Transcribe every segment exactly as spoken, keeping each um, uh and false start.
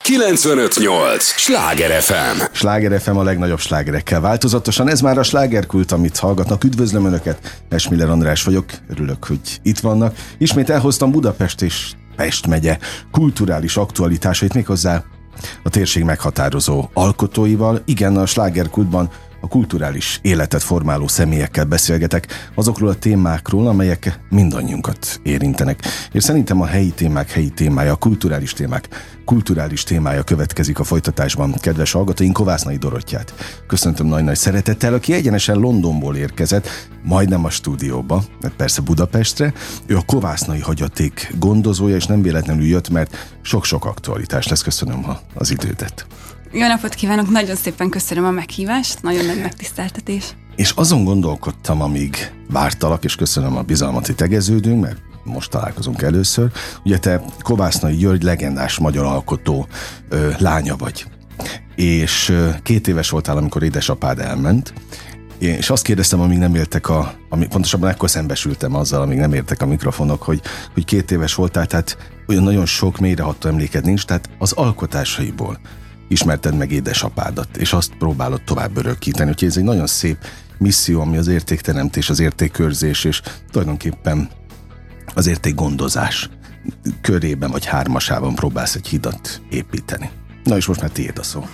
kilencvenöt nyolc Sláger ef em. Sláger ef em a legnagyobb slágerekkel változatosan. Ez már a slágerkult, amit hallgatnak. Üdvözlöm Önöket, Esmiller András vagyok. Örülök, hogy itt vannak. Ismét elhoztam Budapest és Pest megye kulturális aktualitásait, méghozzá a térség meghatározó alkotóival. Igen, a slágerkultban a kulturális életet formáló személyekkel beszélgetek, azokról a témákról, amelyek mindannyiunkat érintenek. És szerintem a helyi témák helyi témája, a kulturális témák kulturális témája következik a folytatásban. Kedves hallgatóink, Kovásznai Dorottyát köszöntöm nagy-nagy szeretettel, aki egyenesen Londonból érkezett, majdnem a stúdióba, mert persze Budapestre. Ő a Kovásznai Hagyaték gondozója, és nem véletlenül jött, mert sok-sok aktualitás lesz. Köszönöm az idődet. Jó napot kívánok, nagyon szépen köszönöm a meghívást, nagyon nagy megtiszteltetés. És azon gondolkodtam, amíg vártalak, és köszönöm a bizalmat, hogy tegeződünk, mert most találkozunk először. Ugye te Kovásznai György legendás magyar alkotó ö, lánya vagy. És ö, két éves voltál, amikor édesapád elment, és azt kérdeztem, amíg nem éltek a, ami, pontosabban ekkor szembesültem azzal, amíg nem értek a mikrofonok, hogy, hogy két éves voltál, tehát olyan nagyon sok mélyreható emléked nincs, tehát az alkotásaiból ismerted meg édesapádat, és azt próbálod tovább örökíteni. Úgyhogy ez egy nagyon szép misszió, ami az értékteremtés, az értékkörzés, és tulajdonképpen az értékgondozás körében vagy hármasában próbálsz egy hidat építeni. Na és most már tiéd a szó.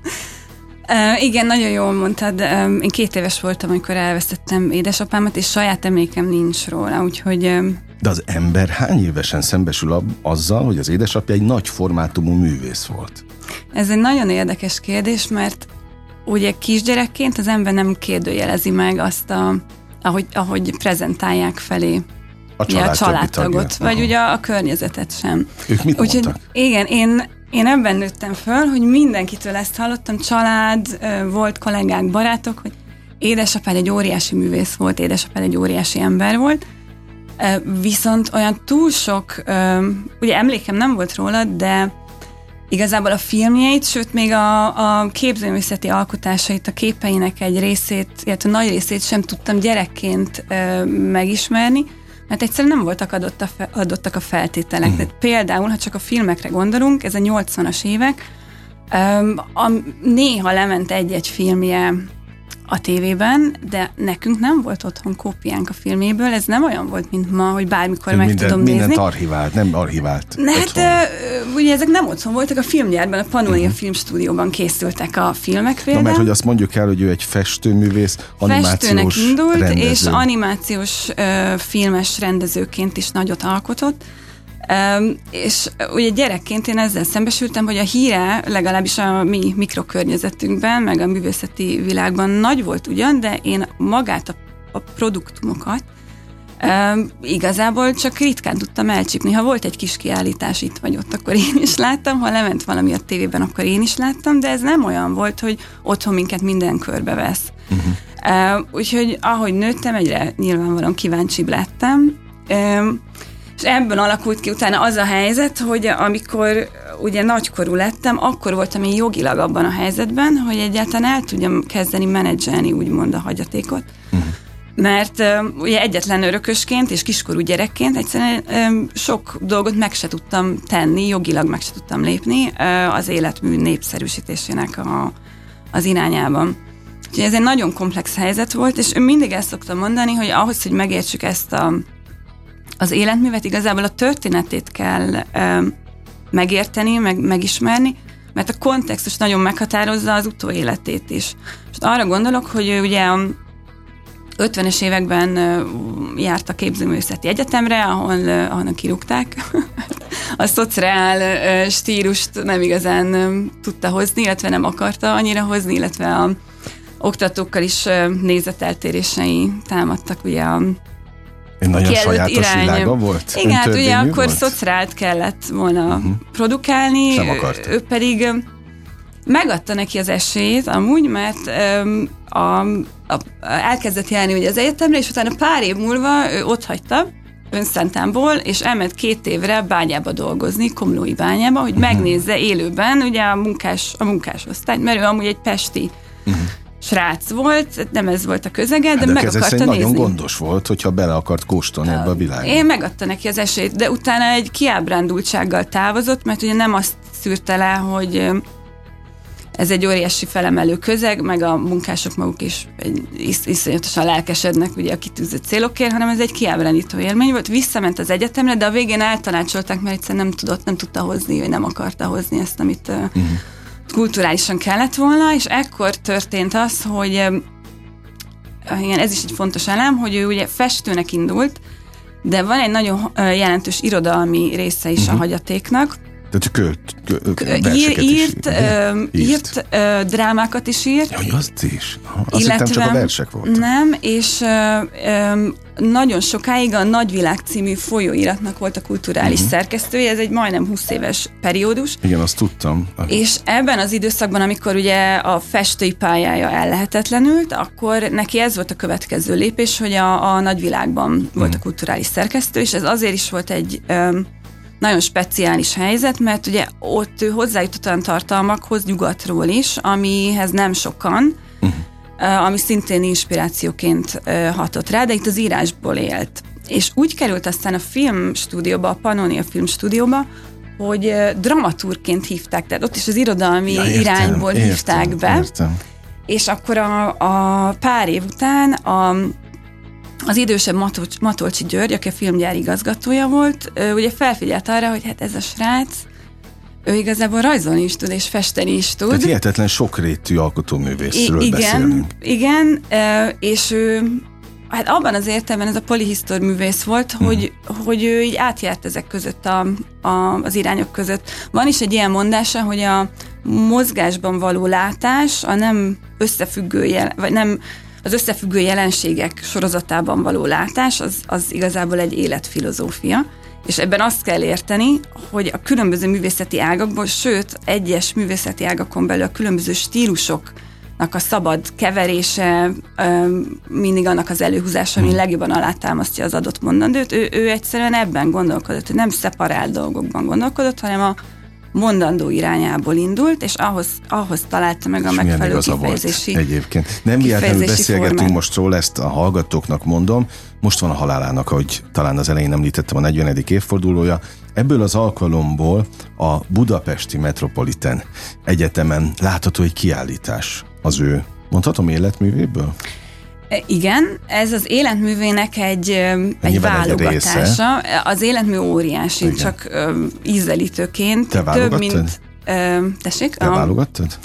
Uh, igen, nagyon jól mondtad. Um, én két éves voltam, amikor elvesztettem édesapámat, és saját emlékem nincs róla, úgyhogy... Um... De az ember hány évesen szembesül ab- azzal, hogy az édesapja egy nagy formátumú művész volt? Ez egy nagyon érdekes kérdés, mert ugye kisgyerekként az ember nem kérdőjelezi meg azt, a, ahogy, ahogy prezentálják felé a, család a családtagot, vagy Aha. ugye a környezetet sem. Ők mit Úgyhogy mondtak? Igen, én, én ebben nőttem föl, hogy mindenkitől ezt hallottam, család, volt kollégák, barátok, hogy édesapád egy óriási művész volt, édesapád egy óriási ember volt, viszont olyan túl sok, ugye emlékem nem volt róla, de igazából a filmjeit, sőt még a, a képzőművészeti alkotásait, a képeinek egy részét, illetve nagy részét sem tudtam gyerekként ö, megismerni, mert egyszerűen nem voltak adott a fe, adottak a feltételek. Mm. Például, ha csak a filmekre gondolunk, ez a nyolcvanas évek, ö, a, néha lement egy-egy filmje a tévében, de nekünk nem volt otthon kópiánk a filméből, ez nem olyan volt, mint ma, hogy bármikor meg minden, tudom mindent nézni. Mindent archivált, nem archivált. Hát ugye ezek nem otthon voltak, a filmgyárban, a Pannonia uh-huh. filmstúdióban készültek a filmek például. Na, mert hogy azt mondjuk el, hogy ő egy festőművész, animációs Festőnek indult, rendező. És animációs uh, filmes rendezőként is nagyot alkotott. Um, és ugye gyerekként én ezzel szembesültem, hogy a híre legalábbis a mi mikrokörnyezetünkben, meg a művészeti világban nagy volt ugyan, de én magát a, a produktumokat um, igazából csak ritkán tudtam elcsípni. Ha volt egy kis kiállítás itt vagy ott, akkor én is láttam, ha lement valami a tévében, akkor én is láttam, de ez nem olyan volt, hogy otthon minket minden körbe vesz. Uh-huh. Uh, úgyhogy ahogy nőttem, egyre nyilvánvalóan kíváncsibb lettem. Um, És ebből alakult ki utána az a helyzet, hogy amikor ugye nagykorú lettem, akkor voltam én jogilag abban a helyzetben, hogy egyáltalán el tudjam kezdeni menedzselni úgymond a hagyatékot. Uh-huh. Mert uh, ugye egyetlen örökösként és kiskorú gyerekként egyszerűen um, sok dolgot meg se tudtam tenni, jogilag meg se tudtam lépni uh, az életmű népszerűsítésének a, az irányában. Úgyhogy ez egy nagyon komplex helyzet volt, és mindig ezt szoktam mondani, hogy ahhoz, hogy megértsük ezt a az életművet, igazából a történetét kell ö, megérteni, meg, megismerni, mert a kontextus nagyon meghatározza az utóéletét is. És arra gondolok, hogy ugye a ötvenes években ö, járt a képzőművészeti egyetemre, ahol, ö, ahonnan kirúgták. A szociál ö, stílust nem igazán ö, tudta hozni, illetve nem akarta annyira hozni, illetve a oktatókkal is ö, nézeteltérései támadtak, ugye a Egy nagyon sajátos irány. világa volt? Igen, hát ugye akkor volt? szociált kellett volna uh-huh. produkálni. Sem akart. Ő pedig megadta neki az esélyt amúgy, mert um, a, a, elkezdett járni ugye az egyetemre, és utána pár év múlva ő ott hagyta Önszántámból, és elment két évre bányába dolgozni, Komlói bányába, hogy uh-huh. megnézze élőben ugye a munkás, a munkásosztályt, mert ő amúgy egy pesti uh-huh. srác volt, nem ez volt a közege, de, de meg akarta nézni. Nagyon gondos volt, hogyha bele akart kóstolni ebbe a világba. Én megadta neki az esélyt, de utána egy kiábrándultsággal távozott, mert ugye nem azt szűrte le, hogy ez egy óriási felemelő közeg, meg a munkások maguk is egy isz, iszonyatosan lelkesednek ugye a kitűzött célokért, hanem ez egy kiábrándító élmény volt. Visszament az egyetemre, de a végén eltanácsolták, mert egyszerűen nem tudott, nem tudta hozni, vagy nem akarta hozni ezt, amit uh-huh. kulturálisan kellett volna, és ekkor történt az, hogy igen, ez is egy fontos elem, hogy ő ugye festőnek indult, de van egy nagyon jelentős irodalmi része is uh-huh. a hagyatéknak. Tehát költ, költ ír, írt, ö, írt ö, drámákat is írt. Jaj, azt is. Azt hittem csak a versek voltak. Nem, és ö, ö, nagyon sokáig a Nagyvilág című folyóiratnak volt a kulturális uh-huh. szerkesztője, ez egy majdnem húsz éves periódus. Igen, azt tudtam. És ebben az időszakban, amikor ugye a festői pályája ellehetetlenült, akkor neki ez volt a következő lépés, hogy a, a Nagyvilágban uh-huh. volt a kulturális szerkesztő, és ez azért is volt egy ö, nagyon speciális helyzet, mert ugye ott ő hozzájutott olyan tartalmakhoz nyugatról is, amihez nem sokan, uh-huh. ami szintén inspirációként hatott rá, de itt az írásból élt. És úgy került aztán a filmstúdióba, a Pannonia filmstúdióba, hogy dramaturgként hívták, tehát ott is az irodalmi ja, értem, irányból értem, hívták be. Értem. És akkor a, a pár év után a az idősebb Matolcsi, Matolcsi György, aki a filmgyár igazgatója volt, ugye felfigyelt arra, hogy hát ez a srác, ő igazából rajzolni is tud, és festeni is tud. Tehát hihetetlen sokrétű alkotóművészről I- beszélünk. Igen, és ő hát abban az értelemben ez a polihisztor művész volt, hmm. hogy, hogy ő így átjárt ezek között a, a, az irányok között. Van is egy ilyen mondása, hogy a mozgásban való látás, a nem összefüggő jel, vagy nem az összefüggő jelenségek sorozatában való látás, az, az igazából egy életfilozófia, és ebben azt kell érteni, hogy a különböző művészeti ágakból, sőt, egyes művészeti ágakon belül a különböző stílusoknak a szabad keverése, mindig annak az előhúzása, ami legjobban alátámasztja az adott mondandót, ő, ő egyszerűen ebben gondolkodott, hogy nem szeparált dolgokban gondolkodott, hanem a mondandó irányából indult, és ahhoz, ahhoz találta meg a és megfelelő kifejezési volt egyébként. Nem véletlenül beszélgetünk formát. Most róla, ezt a hallgatóknak mondom. Most van a halálának, ahogy talán az elején említettem, a negyvenedik évfordulója. Ebből az alkalomból a Budapesti Metropolitan Egyetemen látható egy kiállítás az ő, mondhatom, életművéből? Igen, ez az életművének egy, egy válogatása. Egy az életmű óriási, igen. Csak ö, ízelítőként. Te válogattad? Több mint, ö, tessék? Te a, válogattad?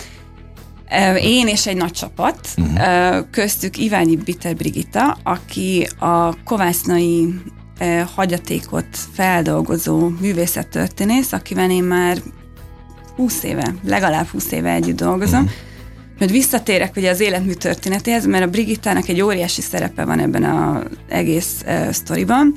Ö, én és egy nagy csapat, uh-huh. ö, köztük Iványi Bitter Brigitta, aki a kovásznai ö, hagyatékot feldolgozó művészettörténész, akivel én már húsz éve, legalább húsz éve együtt dolgozom. Uh-huh. Hogy visszatérek ugye az életmű történetéhez, mert a Brigittának egy óriási szerepe van ebben az egész uh, sztoriban,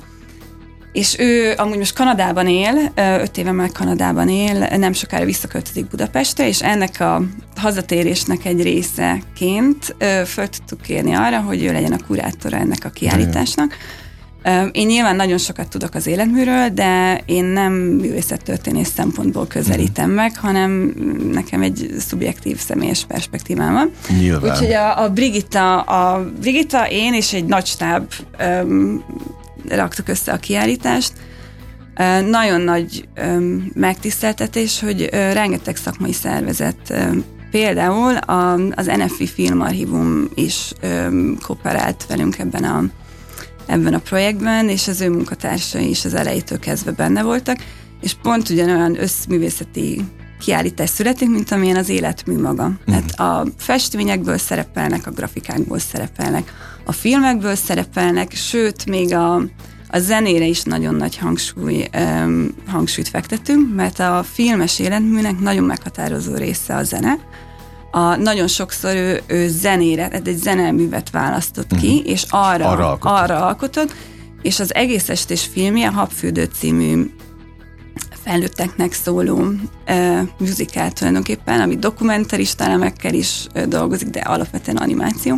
és ő amúgy most Kanadában él, uh, öt éve már Kanadában él, nem sokára visszaköltözik Budapestre, és ennek a hazatérésnek egy részeként uh, föl tudtuk kérni arra, hogy ő legyen a kurátora ennek a kiállításnak. Én nyilván nagyon sokat tudok az életműről, de én nem művészettörténész szempontból közelítem meg, hanem nekem egy szubjektív, személyes perspektívám van. Nyilván. Úgyhogy a, a Brigitta, a Brigitta, én és egy nagy stáb um, raktuk össze a kiállítást. Uh, nagyon nagy um, megtiszteltetés, hogy uh, rengeteg szakmai szervezet, uh, például a, az en ef i Filmarchívum is um, kooperált velünk ebben a ebben a projektben, és az ő munkatársai is az elejétől kezdve benne voltak, és pont ugyanolyan összművészeti kiállítás születik, mint amilyen az életmű maga. Mm. Tehát a festményekből szerepelnek, a grafikákból szerepelnek, a filmekből szerepelnek, sőt, még a, a zenére is nagyon nagy hangsúly, um, hangsúlyt fektetünk, mert a filmes életműnek nagyon meghatározó része a zene. A, nagyon sokszor ő, ő zenére, tehát egy zeneművet választott ki, uh-huh. és arra, arra, alkotott. arra alkotott, és az egész estés filmje a Habfürdő című felnőtteknek szóló uh, musical tulajdonképpen, ami dokumentarista elemekkel is uh, dolgozik, de alapvetően animáció.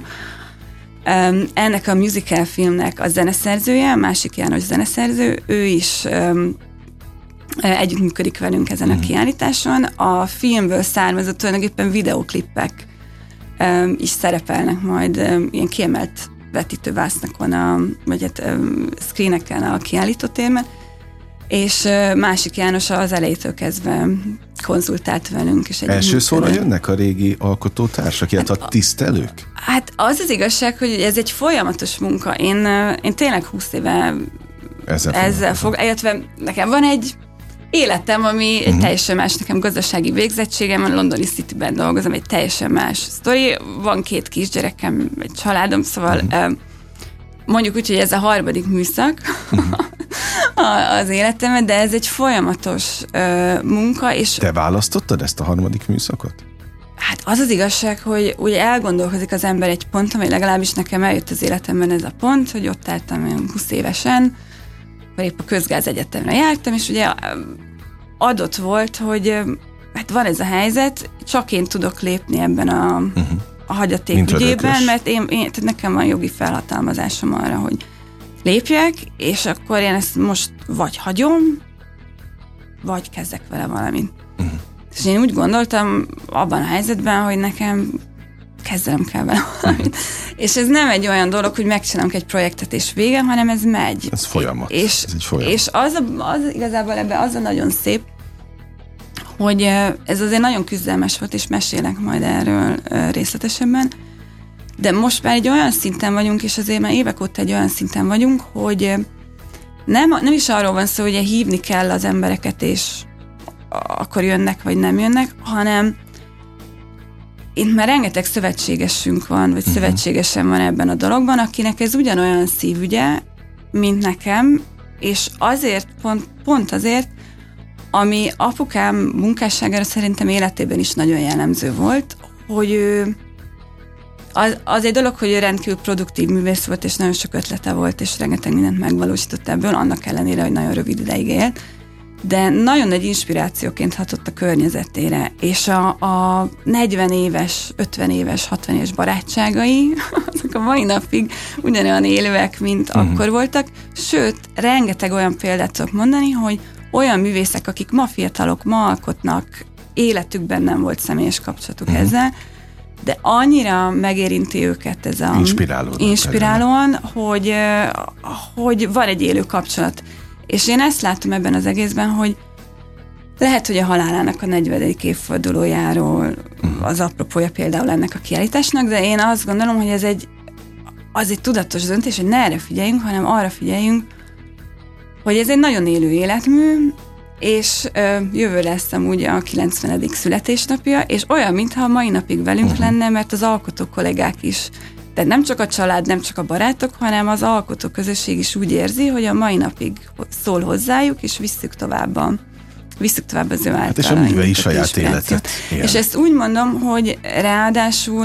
Um, ennek a musical filmnek a zeneszerzője, másik János zeneszerző, ő is um, együttműködik velünk ezen a kiállításon. A filmből származó tulajdonképpen videóklippek um, is szerepelnek majd um, ilyen kiemelt vetítővásznakon, a, vagy hát um, screeneken a kiállítótérben. és másik János az elejétől kezdve konzultált velünk. És első szóra jönnek a régi alkotótársak, illetve a tisztelők? Hát az az igazság, hogy ez egy folyamatos munka. Én, én tényleg húsz éve ezzel, ezzel fog, illetve nekem van egy életem, ami uh-huh. egy teljesen más, nekem gazdasági végzettségem, a londoni Cityben dolgozom, egy teljesen más sztori. Van két kisgyerekem, egy családom, szóval uh-huh. mondjuk úgy, hogy ez a harmadik műszak uh-huh. az életemben, de ez egy folyamatos uh, munka. És te választottad ezt a harmadik műszakot? Hát az az igazság, hogy ugye elgondolkozik az ember egy ponton, vagy legalábbis nekem eljött az életemben ez a pont, hogy ott álltam olyan húsz évesen, akkor épp a Közgázegyetemre jártam, és ugye adott volt, hogy hát van ez a helyzet, csak én tudok lépni ebben a, uh-huh. a hagyaték ügyében, mert én, én, tehát nekem van jogi felhatalmazásom arra, hogy lépjek, és akkor én ezt most vagy hagyom, vagy kezdek vele valamit. Uh-huh. És én úgy gondoltam abban a helyzetben, hogy nekem kezdenem kell vele valamit. Uh-huh. És ez nem egy olyan dolog, hogy megcsinálunk egy projektet és vége, hanem ez megy. Ez folyamat. És, ez egy folyamat. És az, a, az igazából ebben az a nagyon szép, hogy ez azért nagyon küzdelmes volt, és mesélek majd erről részletesebben, de most már egy olyan szinten vagyunk, és azért már évek óta egy olyan szinten vagyunk, hogy nem, nem is arról van szó, hogy hívni kell az embereket, és akkor jönnek, vagy nem jönnek, hanem itt már rengeteg szövetségesünk van, vagy uh-huh. szövetségesem van ebben a dologban, akinek ez ugyanolyan szívügye, mint nekem, és azért, pont, pont azért, ami apukám munkásságára szerintem életében is nagyon jellemző volt, hogy ő az, az egy dolog, hogy ő rendkívül produktív művész volt, és nagyon sok ötlete volt, és rengeteg mindent megvalósított ebből, annak ellenére, hogy nagyon rövid ideig élt, de nagyon nagy inspirációként hatott a környezetére, és a, a negyven éves, ötven éves, hatvan éves barátságai, azok a mai napig ugyanolyan élőek, mint uh-huh. akkor voltak, sőt, rengeteg olyan példát tudok mondani, hogy olyan művészek, akik ma fiatalok, ma alkotnak, életükben nem volt személyes kapcsolatuk uh-huh. ezzel, de annyira megérinti őket ez a... Inspirálóan. Inspirálóan, hogy, hogy van egy élő kapcsolat. És én ezt látom ebben az egészben, hogy lehet, hogy a halálának a negyvenedik évfordulójáról az apropója például ennek a kiállításnak, de én azt gondolom, hogy ez egy, az egy tudatos döntés, hogy ne erre figyeljünk, hanem arra figyeljünk, hogy ez egy nagyon élő életmű, és ö, jövő lesz amúgy a kilencvenedik születésnapja, és olyan, mintha a mai napig velünk uh-huh. lenne, mert az alkotó kollégák is, tehát nem csak a család, nem csak a barátok, hanem az alkotó közösség is úgy érzi, hogy a mai napig szól hozzájuk, és visszük tovább a, visszük tovább az ő által. Hát és a művei saját életet. Igen. És ezt úgy mondom, hogy ráadásul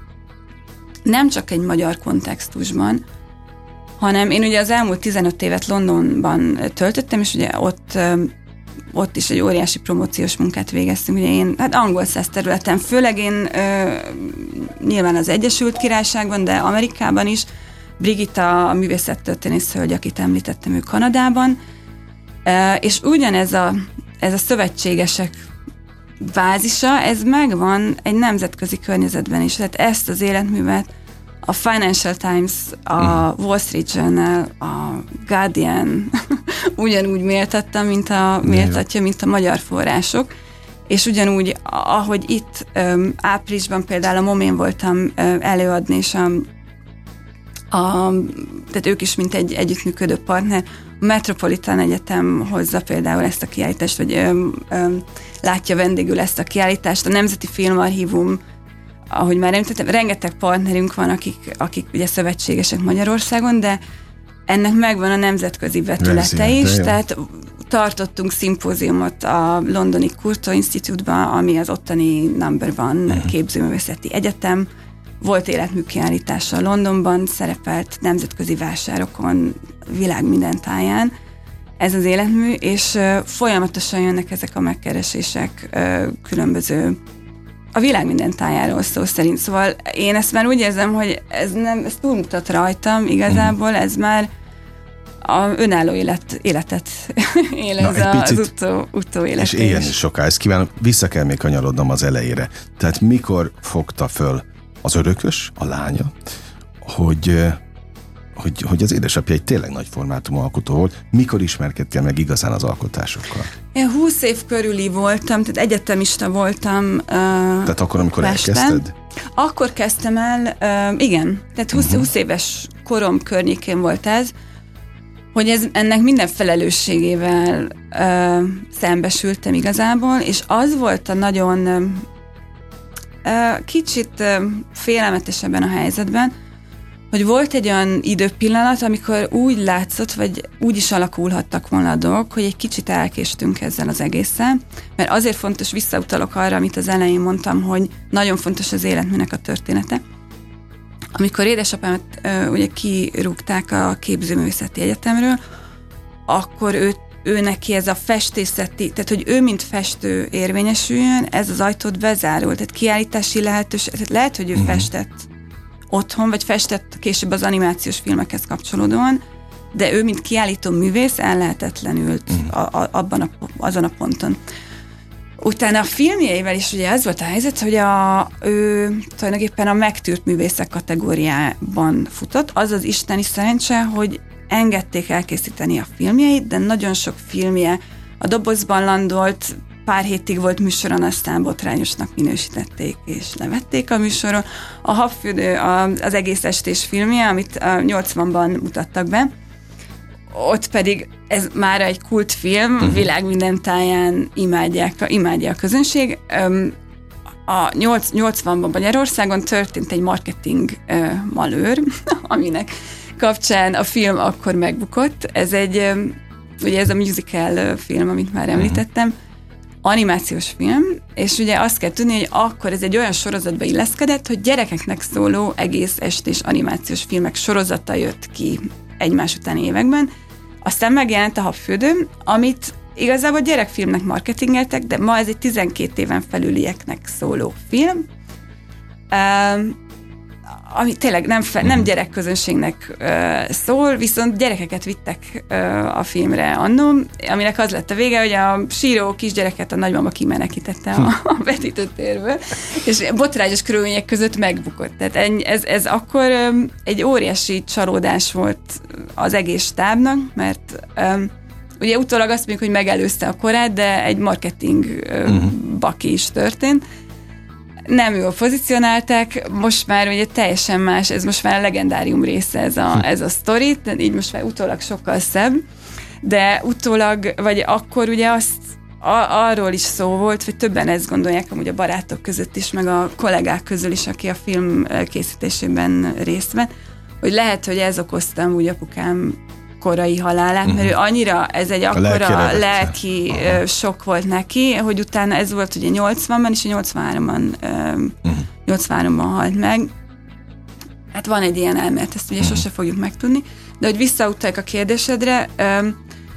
nem csak egy magyar kontextusban, hanem én ugye az elmúlt tizenöt évet Londonban töltöttem, és ugye ott, ott is egy óriási promóciós munkát végeztünk. Ugye én, hát angol száz területen, főleg én ö, nyilván az Egyesült Királyságban, de Amerikában is. Brigitta, a művészettörténész hölgy, akit említettem, ő Kanadában. E, és ugyanez a, ez a szövetségesek bázisa, ez megvan egy nemzetközi környezetben is. Tehát ezt az életművet a Financial Times, a Wall Street Journal, a Guardian ugyanúgy méltatta, mint a, méltatja, mint a magyar források. És ugyanúgy, ahogy itt um, áprilisban például a Momén voltam um, előadni, és a, a, tehát ők is mint egy együttműködő partner, a Metropolitan Egyetem hozza például ezt a kiállítást, vagy um, um, látja vendégül ezt a kiállítást, a Nemzeti Filmarchívum, ahogy már említettem, rengeteg partnerünk van, akik, akik ugye szövetségesek Magyarországon, de ennek megvan a nemzetközi vetülete is, tehát tartottunk szimpóziumot a londoni Curtin Institute-ban, ami az ottani number one uh-huh. képzőművészeti egyetem, volt életműkiállítása Londonban, szerepelt nemzetközi vásárokon, világ minden táján ez az életmű, és uh, folyamatosan jönnek ezek a megkeresések uh, különböző a világ minden tájáról szó szerint. Szóval én ezt már úgy érzem, hogy ez nem, ez túlmutat rajtam igazából, ez már a önálló élet, életet él ez Na, az utó, utó élet. És éljen is soká, ezt kívánom. Vissza kell még kanyarodnom az elejére. Tehát mikor fogta föl az örökös, a lánya, hogy, hogy, hogy az édesapja egy tényleg nagy formátumú alkotó volt. Mikor ismerkedtél meg igazán az alkotásokkal? Én húsz év körüli voltam, tehát egyetemista voltam uh, Tehát akkor, amikor Pesten. elkezdted? Akkor kezdtem el, uh, igen, tehát húsz, uh-huh. húsz éves korom környékén volt ez, hogy ez, ennek minden felelősségével uh, szembesültem igazából, és az volt a nagyon uh, kicsit uh, félelmetes ebben a helyzetben, hogy volt egy olyan időpillanat, amikor úgy látszott, vagy úgy is alakulhattak volna a dolgok, hogy egy kicsit elkéstünk ezzel az egésszel, mert azért fontos, visszautalok arra, amit az elején mondtam, hogy nagyon fontos az életműnek a története. Amikor édesapámat uh, ugye kirúgták a Képzőművészeti Egyetemről, akkor ő, ő neki ez a festészeti, tehát hogy ő mint festő érvényesüljön, ez az ajtót bezárult, tehát kiállítási lehetőség, tehát lehet, hogy ő uh-huh. festett otthon, vagy festett később az animációs filmekhez kapcsolódóan, de ő, mint kiállító művész, ellehetetlenült uh-huh. a, a, abban a, azon a ponton. Utána a filmjeivel is ugye ez volt a helyzet, hogy a, ő tulajdonképpen a megtűrt művészek kategóriában futott. Az az isteni szerencse, hogy engedték elkészíteni a filmjeit, de nagyon sok filmje a dobozban landolt, pár hétig volt műsoron, aztán botrányosnak minősítették, és levették a műsoron. A Habfürdő az egész estés filmje, amit nyolcvanban mutattak be, ott pedig ez már egy kultfilm, uh-huh. világ minden táján imádják, imádja a közönség. A nyolcvanban Magyarországon történt egy marketing malőr, aminek kapcsán a film akkor megbukott. Ez egy, ugye ez a musical film, amit már említettem, animációs film, és ugye azt kell tudni, hogy akkor ez egy olyan sorozatba illeszkedett, hogy gyerekeknek szóló egész estés animációs filmek sorozata jött ki egymás után években. Aztán megjelent a Habfürdő, amit igazából gyerekfilmnek marketingeltek, de ma ez egy tizenkét éven felülieknek szóló film, um, ami tényleg nem, fe, nem gyerekközönségnek uh, szól, viszont gyerekeket vittek uh, a filmre annó, aminek az lett a vége, hogy a síró kisgyereket a nagymama kimenekítette a, a vetítőtérből, és botrányos körülmények között megbukott. Tehát ez, ez akkor um, egy óriási csalódás volt az egész stábnak, mert um, ugye utólag azt mondjuk, hogy megelőzte a korát, de egy marketing uh, uh-huh. baki is történt. Nem jól pozícionálták, most már ugye teljesen más, ez most már a legendárium része ez a, ez a sztori, így most már utólag sokkal szebb, de utólag, vagy akkor ugye azt a, arról is szó volt, hogy többen ezt gondolják amúgy a barátok között is, meg a kollégák közül is, aki a film készítésében részt vett, hogy lehet, hogy ez okozta amúgy apukám korai halálát, uh-huh. mert ő annyira, ez egy akkora lelki uh, sok volt neki, hogy utána ez volt ugye nyolcvanban, és nyolcvanháromban, uh-huh. nyolcvanháromban halt meg. Hát van egy ilyen elmélet, ezt ugye uh-huh. sose fogjuk megtudni, de hogy visszautaljuk a kérdésedre, um,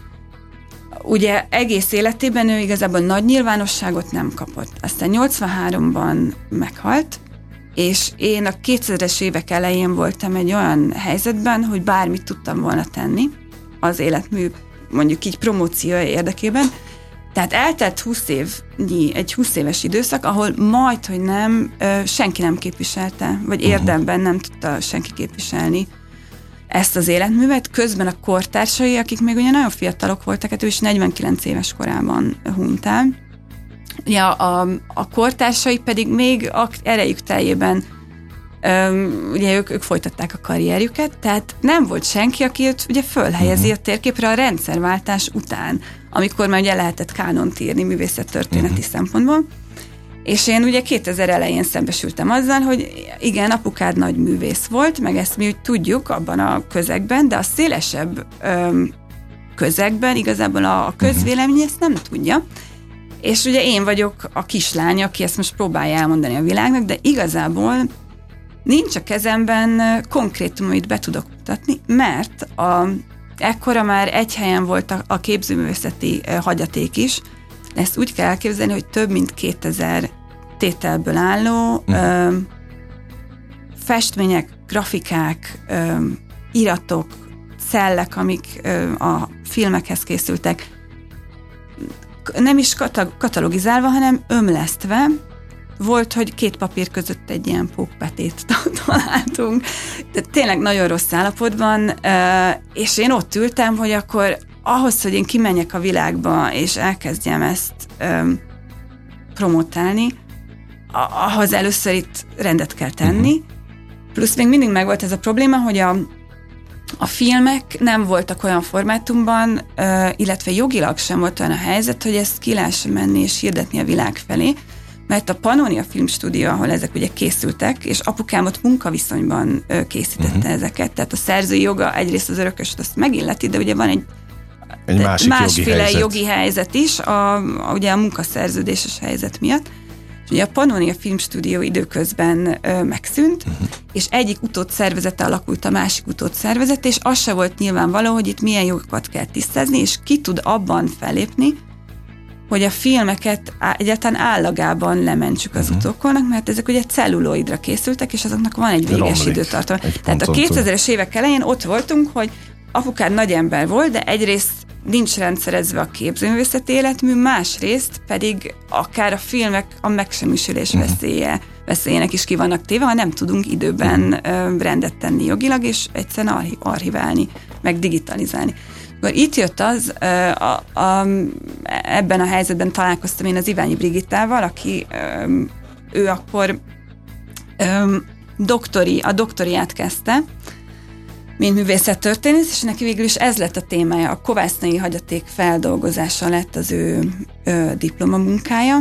ugye egész életében ő igazából nagy nyilvánosságot nem kapott. Aztán nyolcvanháromban meghalt, és én a kétezres évek elején voltam egy olyan helyzetben, hogy bármit tudtam volna tenni az életmű, mondjuk így promóciója érdekében. Tehát eltelt húsz évnyi, egy húsz éves időszak, ahol majd, hogy nem, senki nem képviselte, vagy érdemben nem tudta senki képviselni ezt az életművet. Közben a kortársai, akik még ugye nagyon fiatalok voltak, hát ő is negyvenkilenc éves korában hunyt el. Ja, a, a kortársai pedig még erejük teljében öm, ugye ők, ők folytatták a karrierjüket, tehát nem volt senki, aki őt ugye fölhelyezi uh-huh. a térképre a rendszerváltás után, amikor már ugye lehetett kánont írni művészettörténeti uh-huh. szempontból. És én ugye kétezer elején szembesültem azzal, hogy igen, apukád nagy művész volt, meg ezt mi úgy tudjuk abban a közegben, de a szélesebb öm, közegben igazából a, a közvélemény ezt nem tudja. És ugye én vagyok a kislány, aki ezt most próbálja elmondani a világnak, de igazából nincs a kezemben konkrétum, amit be tudok mutatni, mert a, ekkora már egy helyen volt a, a képzőművészeti hagyaték is. Ezt úgy kell elképzelni, hogy több mint kétezer tételből álló mm. ö, festmények, grafikák, ö, iratok, szellek, amik ö, a filmekhez készültek, nem is katalogizálva, hanem ömlesztve. Volt, hogy két papír között egy ilyen pókpetét találtunk, de tényleg nagyon rossz állapotban, és én ott ültem, hogy akkor ahhoz, hogy én kimenjek a világba, és elkezdjem ezt promotálni, ahhoz először itt rendet kell tenni, uh-huh. plusz még mindig megvolt ez a probléma, hogy a, a filmek nem voltak olyan formátumban, illetve jogilag sem volt olyan a helyzet, hogy ezt ki lehessen menni és hirdetni a világ felé, mert a Pannonia Filmstúdió, ahol ezek ugye készültek, és apukám ott munkaviszonyban készítette uh-huh. ezeket, tehát a szerzői joga egyrészt az örököst azt megilleti, de ugye van egy, egy másik másféle jogi helyzet. jogi helyzet is, a, a, ugye a munkaszerződéses helyzet miatt. És ugye a Pannonia Filmstúdió időközben ö, megszűnt, uh-huh. és egyik utódszervezete alakult a másik utódszervezete, és az se volt nyilvánvaló, hogy itt milyen jogokat kell tisztázni, és ki tud abban fellépni, hogy a filmeket egyáltalán állagában lementsük az uh-huh. utókolnak, mert ezek ugye celluloidra készültek, és azoknak van egy véges Romlik. időtartam. Tehát a kétezres évek elején ott voltunk, hogy apukád nagy ember volt, de egyrészt nincs rendszerezve a képzőművészeti életmű, másrészt pedig akár a filmek a megsemmisülés uh-huh. veszélye, veszélyének is ki vannak téve, ha nem tudunk időben uh-huh. rendet tenni jogilag, és egyszerűen archi- archiválni, meg digitalizálni. Akkor itt jött az, a, a, ebben a helyzetben találkoztam én az Iványi Brigittával, aki ő akkor doktori, a doktoriát kezdte, mint művészettörténész, és neki végül is ez lett a témája, a kovásznai hagyaték feldolgozása lett az ő, ő diplomamunkája,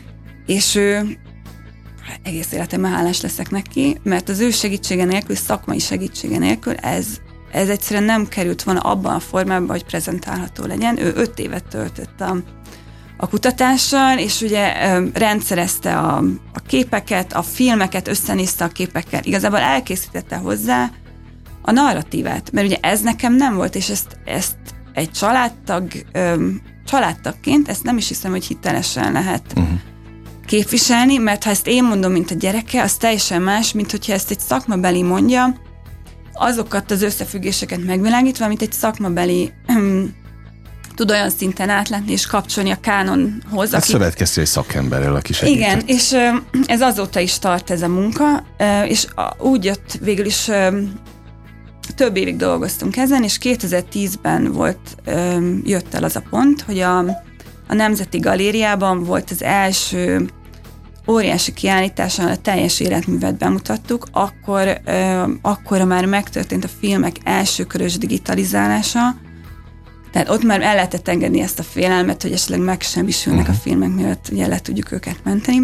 és ő egész életemben hálás leszek neki, mert az ő segítsége nélkül, szakmai segítsége nélkül ez ez egyszerűen nem került volna abban a formában, hogy prezentálható legyen. Ő öt évet töltött a, a kutatással, és ugye ö, rendszerezte a, a képeket, a filmeket, összenézte a képekkel. Igazából elkészítette hozzá a narratívát, mert ugye ez nekem nem volt, és ezt, ezt egy családtag, ö, családtagként ezt nem is hiszem, hogy hitelesen lehet uh-huh. képviselni, mert ha ezt én mondom, mint a gyereke, az teljesen más, mint hogyha ezt egy szakmabeli mondja, azokat az összefüggéseket megvilágítva, amit egy szakmabeli um, tud olyan szinten átlátni és kapcsolni a kánonhoz. Hát szövetkeztél egy szakemberrel, aki segített. Igen, és um, ez azóta is tart ez a munka, uh, és a, úgy jött végül is um, több évig dolgoztunk ezen, és kétezer-tízben volt, um, jött el az a pont, hogy a, a Nemzeti Galériában volt az első óriási kiállításon a teljes életművet bemutattuk, akkor ö, akkora már megtörtént a filmek első körös digitalizálása, tehát ott már el lehetett engedni ezt a félelmet, hogy esetleg megsemmisülnek uh-huh. a filmek, mielőtt ugye le tudjuk őket menteni.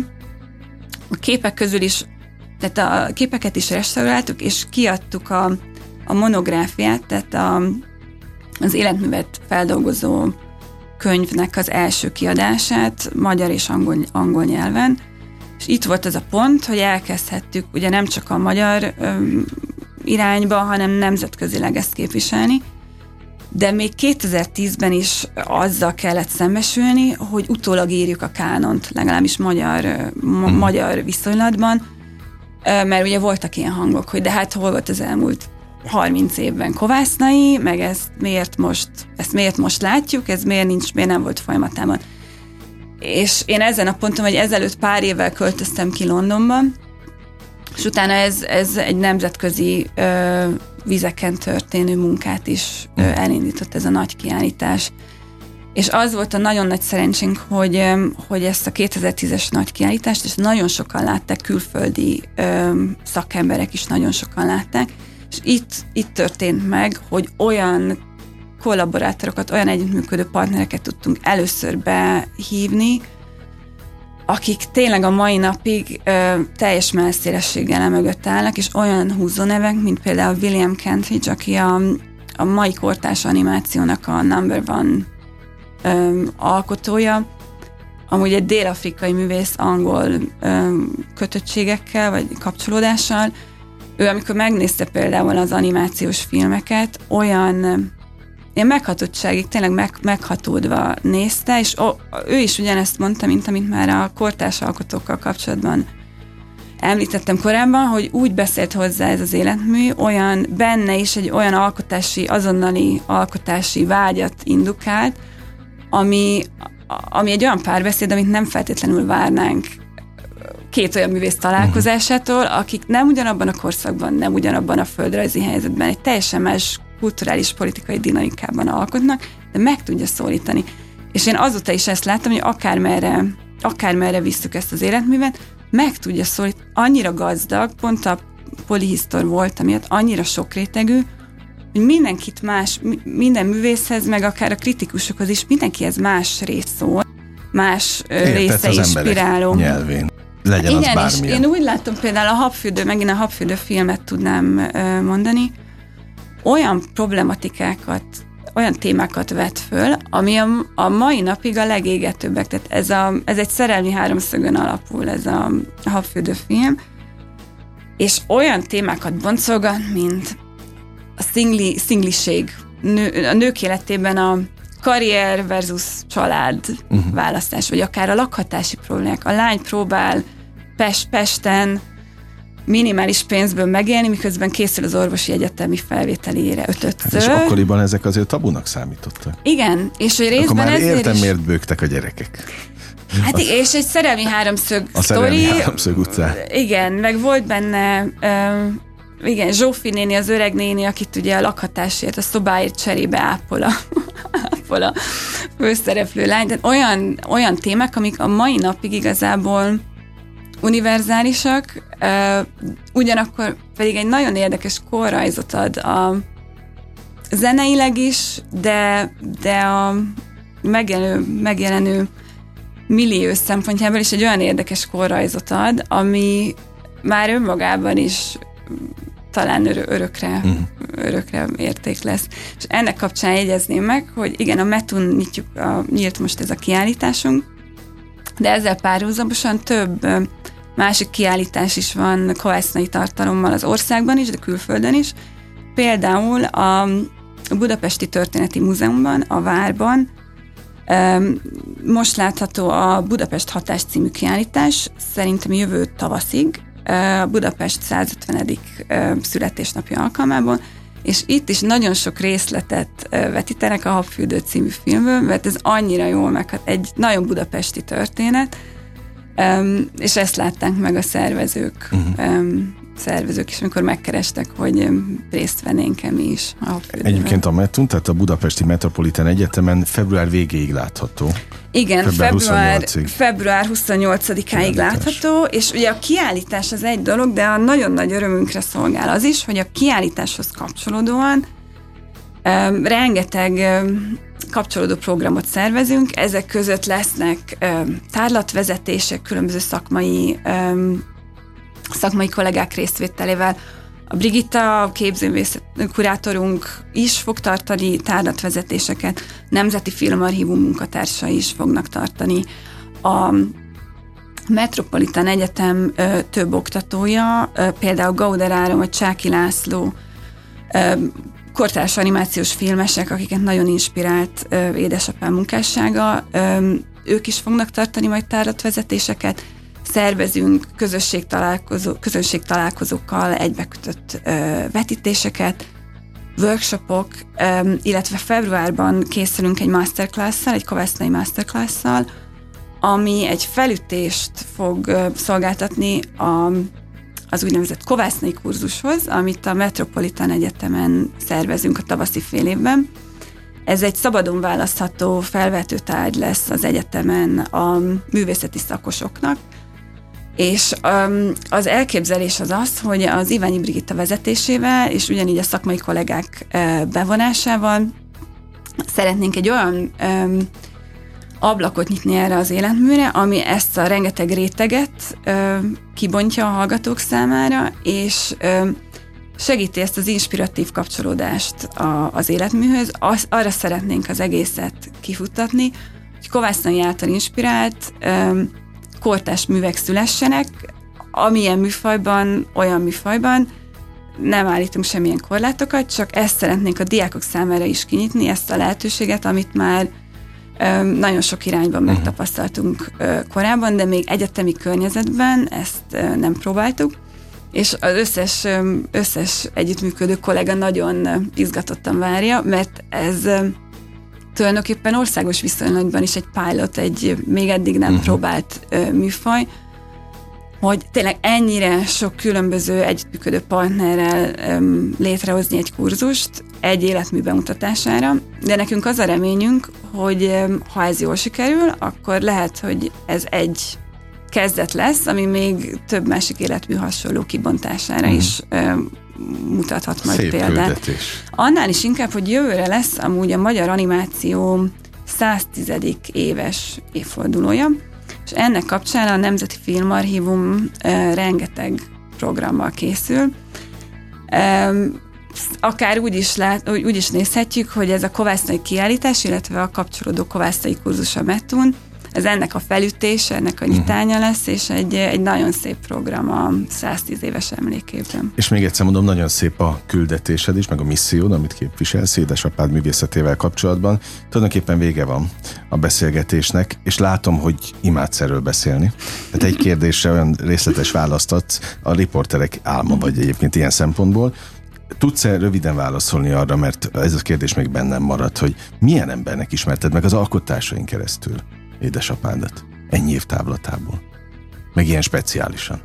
A képek közül is, tehát a képeket is restauráltuk, és kiadtuk a, a monográfiát, tehát a, az életművet feldolgozó könyvnek az első kiadását magyar és angol, angol nyelven, és itt volt az a pont, hogy elkezdhettük ugye nem csak a magyar öm, irányba, hanem nemzetközileg ezt képviselni, de még kétezer-tízben is azzal kellett szembesülni, hogy utólag írjuk a kánont, legalábbis magyar, ma, magyar viszonylatban, mert ugye voltak ilyen hangok, hogy de hát hol volt az elmúlt harminc évben kovásznai, meg ezt miért most, ezt miért most látjuk, ez miért nincs, miért nem volt folyamatában. És én ezen a ponton, vagy ezelőtt pár évvel költöztem ki Londonba, és utána ez, ez egy nemzetközi ö, vizeken történő munkát is ö, elindított, ez a nagy kiállítás. És az volt a nagyon nagy szerencsénk, hogy, ö, hogy ezt a kétezer-tízes nagy kiállítást, és nagyon sokan látták, külföldi ö, szakemberek is nagyon sokan látták, és itt, itt történt meg, hogy olyan kollaborátorokat, olyan együttműködő partnereket tudtunk először behívni, akik tényleg a mai napig ö, teljes messzélességgel emögött állnak, és olyan húzónevek, mint például William Kentridge, aki a, a mai kortárs animációnak a number one ö, alkotója, amúgy egy dél-afrikai művész angol ö, kötöttségekkel, vagy kapcsolódással. Ő, amikor megnézte például az animációs filmeket, olyan ilyen meghatottságig, tényleg meg, meghatódva nézte, és ó, ő is ugyanezt mondta, mint amit már a kortárs alkotókkal kapcsolatban említettem korábban, hogy úgy beszélt hozzá ez az életmű, olyan benne is egy olyan alkotási, azonnali alkotási vágyat indukált, ami, ami egy olyan párbeszéd, amit nem feltétlenül várnánk két olyan művész találkozásától, akik nem ugyanabban a korszakban, nem ugyanabban a földrajzi helyzetben, egy teljesen más kulturális, politikai dinamikában alkotnak, de meg tudja szólítani. És én azóta is ezt láttam, hogy akármerre, akármerre visszük ezt az életművet, meg tudja szólítani, annyira gazdag, pont a polihisztor volt, amiatt annyira sokrétegű, hogy mindenkit más, minden művészhez, meg akár a kritikusokhoz is, mindenkihez más rész szól, más Értett része inspiráló. Nyelvén. Legyen igen, az bármilyen. És én úgy látom például a Habfürdő, megint a Habfürdő filmet tudnám mondani, olyan problematikákat, olyan témákat vet föl, ami a, a mai napig a legégetőbbek. Tehát ez, a, ez egy szerelmi háromszögön alapul, ez a, a Habfürdő film, és olyan témákat boncolgat, mint a szingli, szingliség, nő, a nők életében a karrier versus család uh-huh. választás, vagy akár a lakhatási problémák. A lány próbál Pest, Pesten minimális pénzből megélni, miközben készül az orvosi egyetemi felvételére ötötször. Hát és akkoriban ezek azért tabunak számítottak. Igen, és hogy részben akkor már ezért értem, is... miért bőgtek a gyerekek. Hát igen, és egy szerelmi háromszög a sztori. szerelmi háromszög utcán. Igen, meg volt benne uh, igen, Zsófi néni, az öreg néni, akit ugye a lakhatásért, a szobáért cserébe ápol a, ápol a főszereplő lány. Tehát olyan, olyan témák, amik a mai napig igazából univerzálisak, uh, ugyanakkor pedig egy nagyon érdekes korrajzot ad a zeneileg is, de, de a megjelenő, megjelenő millió szempontjából is egy olyan érdekes korrajzot ad, ami már önmagában is talán örö- örökre, uh-huh. örökre érték lesz. És ennek kapcsán jegyezném meg, hogy igen, a Metun nyitjuk, a, nyílt most ez a kiállításunk, de ezzel párhuzamosan több másik kiállítás is van kovásznai tartalommal az országban is, de külföldön is. Például a Budapesti Történeti Múzeumban, a Várban most látható a Budapest Hatás című kiállítás, szerintem jövő tavaszig, Budapest százötvenedik születésnapja alkalmából, és itt is nagyon sok részletet vetítenek a Habfürdő című filmből, mert ez annyira jól meghat, egy nagyon budapesti történet, és ezt látták meg a szervezők, uh-huh. szervezők is, amikor megkerestek, hogy részt vennénk-e mi is a Habfürdőben. Egyébként a Metun, tehát a Budapesti Metropolitán Egyetemen február végéig látható. Igen, február, február huszonnyolcadikáig látható, és ugye a kiállítás az egy dolog, de a nagyon nagy örömünkre szolgál az is, hogy a kiállításhoz kapcsolódóan um, rengeteg um, kapcsolódó programot szervezünk, ezek között lesznek um, tárlatvezetések, különböző szakmai um, szakmai kollégák részvételével. A Brigitta, a képzőművészet kurátorunk is fog tartani tárlatvezetéseket, Nemzeti Filmarchívum munkatársai is fognak tartani. A Metropolitán Egyetem ö, több oktatója, ö, például Gauder Áron vagy Csáki László, ö, kortárs animációs filmesek, akiket nagyon inspirált ö, édesapám munkássága, ö, ők is fognak tartani majd tárlatvezetéseket. Szervezünk közösségtalálkozó, közönségtalálkozókkal egybekötött ö, vetítéseket, workshopok, ö, illetve februárban készülünk egy masterclass-szal, egy kovásznai masterclass-szal, ami egy felütést fog ö, szolgáltatni a, az úgynevezett kovásznai kurzushoz, amit a Metropolitán Egyetemen szervezünk a tavaszi fél évben. Ez egy szabadon választható felvető tárgy lesz az egyetemen a művészeti szakosoknak, és um, az elképzelés az az, hogy az Iványi Brigitta vezetésével, és ugyanígy a szakmai kollégák uh, bevonásával szeretnénk egy olyan um, ablakot nyitni erre az életműre, ami ezt a rengeteg réteget uh, kibontja a hallgatók számára, és uh, segíti ezt az inspiratív kapcsolódást a, az életműhöz. Az, arra szeretnénk az egészet kifuttatni, hogy kovásznai által inspirált um, kortárs művek szülessenek, amilyen műfajban, olyan műfajban, nem állítunk semmilyen korlátokat, csak ezt szeretnénk a diákok számára is kinyitni, ezt a lehetőséget, amit már um, nagyon sok irányban uh-huh. megtapasztaltunk uh, korábban, de még egyetemi környezetben ezt uh, nem próbáltuk, és az összes, um, összes együttműködő kollega nagyon uh, izgatottan várja, mert ez uh, tulajdonképpen országos viszonylatban is egy pilot, egy még eddig nem uh-huh. próbált uh, műfaj, hogy tényleg ennyire sok különböző együttműködő partnerrel um, létrehozni egy kurzust egy életmű bemutatására, de nekünk az a reményünk, hogy um, ha ez jól sikerül, akkor lehet, hogy ez egy kezdet lesz, ami még több másik életmű hasonló kibontására mm. is um, mutathat majd Szép példát. küldetés. Annál is inkább, hogy jövőre lesz amúgy a magyar animáció száztizedik éves évfordulója, és ennek kapcsán a Nemzeti Filmarchívum e, rengeteg programmal készül. E, akár úgy is, lát, úgy is nézhetjük, hogy ez a kovásznai kiállítás, illetve a kapcsolódó kovásznai kurzus a Metún, ez ennek a felütése, ennek a nyitánya lesz, és egy, egy nagyon szép program a száztíz éves emlékében. És még egyszer mondom, nagyon szép a küldetésed is, meg a missziód, amit képviselsz édesapád művészetével kapcsolatban. Tulajdonképpen vége van a beszélgetésnek, és látom, hogy imádsz erről beszélni. Tehát egy kérdésre olyan részletes választ adsz, a riporterek álma vagy egyébként ilyen szempontból. Tudsz-e röviden válaszolni arra, mert ez a kérdés még bennem maradt, hogy milyen embernek ismerted meg az alkotásain keresztül édesapádat ennyi év távlatából? Meg ilyen speciálisan.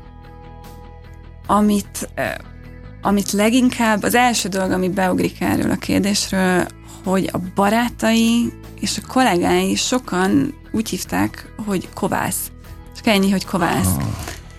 Amit, amit leginkább, az első dolog, ami beugrik erről a kérdésről, hogy a barátai és a kollégái sokan úgy hívták, hogy kovász. Csak ennyi, hogy kovász. Ah.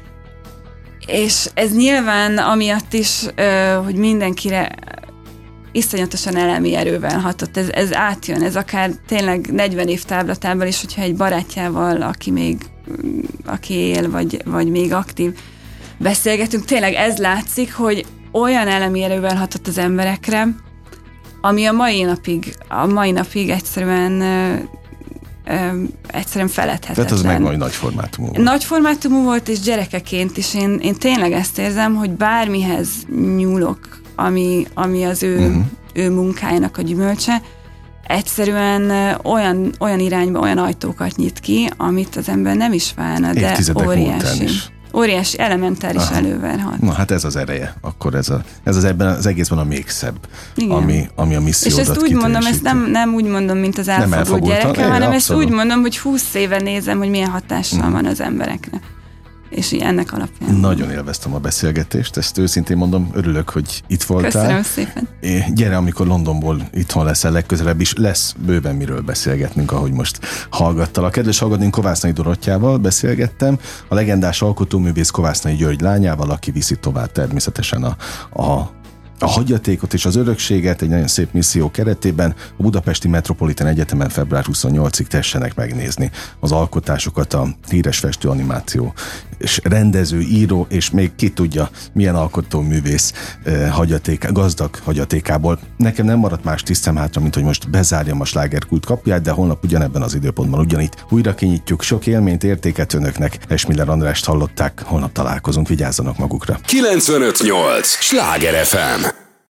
És ez nyilván amiatt is, hogy mindenkire iszonyatosan elemi erővel hatott. Ez, ez átjön, ez akár tényleg negyven év távlatában is, hogyha egy barátjával, aki még aki él, vagy, vagy még aktív, beszélgetünk, tényleg ez látszik, hogy olyan elemi erővel hatott az emberekre, ami a mai napig, a mai napig egyszerűen ö, ö, egyszerűen feledhetetlen. Tehát az meg nagy formátumú volt. Nagy formátumú volt, és gyerekeként is én, én tényleg ezt érzem, hogy bármihez nyúlok, ami, ami az ő, uh-huh. ő munkájának a gyümölcse, egyszerűen olyan, olyan irányba, olyan ajtókat nyit ki, amit az ember nem is várna, de óriási. Óriási, elementáris előverhat. Na hát ez az ereje. Akkor ez, a, ez az ebben az egészben a még szebb, ami, ami a missziódat És ezt úgy mondom, ezt nem, nem úgy mondom, mint az elfogult gyereke, hanem ezt úgy mondom, hogy húsz éve nézem, hogy milyen hatással mm. van az emberekre. És ennek alapján. Nagyon élveztem a beszélgetést, ezt őszintén mondom, örülök, hogy itt voltál. Köszönöm szépen. É, gyere, amikor Londonból itthon leszel legközelebb is, lesz bőven miről beszélgetnünk, ahogy most hallgattalak. Kedves hallgatóink, Kovásznai Dorottyával beszélgettem, a legendás alkotóművész Kovásznai György lányával, aki viszi tovább természetesen a, a a hagyatékot és az örökséget egy nagyon szép misszió keretében. A Budapesti Metropolitan Egyetemen február huszonnyolcadikáig tessenek megnézni az alkotásokat, a híres festő, animáció és rendező, író, és még ki tudja, milyen alkotóművész eh, hagyaték, gazdag hagyatékából. Nekem nem maradt más tisztem hátra, mint hogy most bezárjam a Slágerkult kapuját, de holnap ugyanebben az időpontban ugyanitt újra kinyitjuk. Sok élményt, értéket önöknek. Esmiller Andrást hallották, holnap találkozunk, vigyázzanak magukra. kilencvenöt nyolc Sláger ef em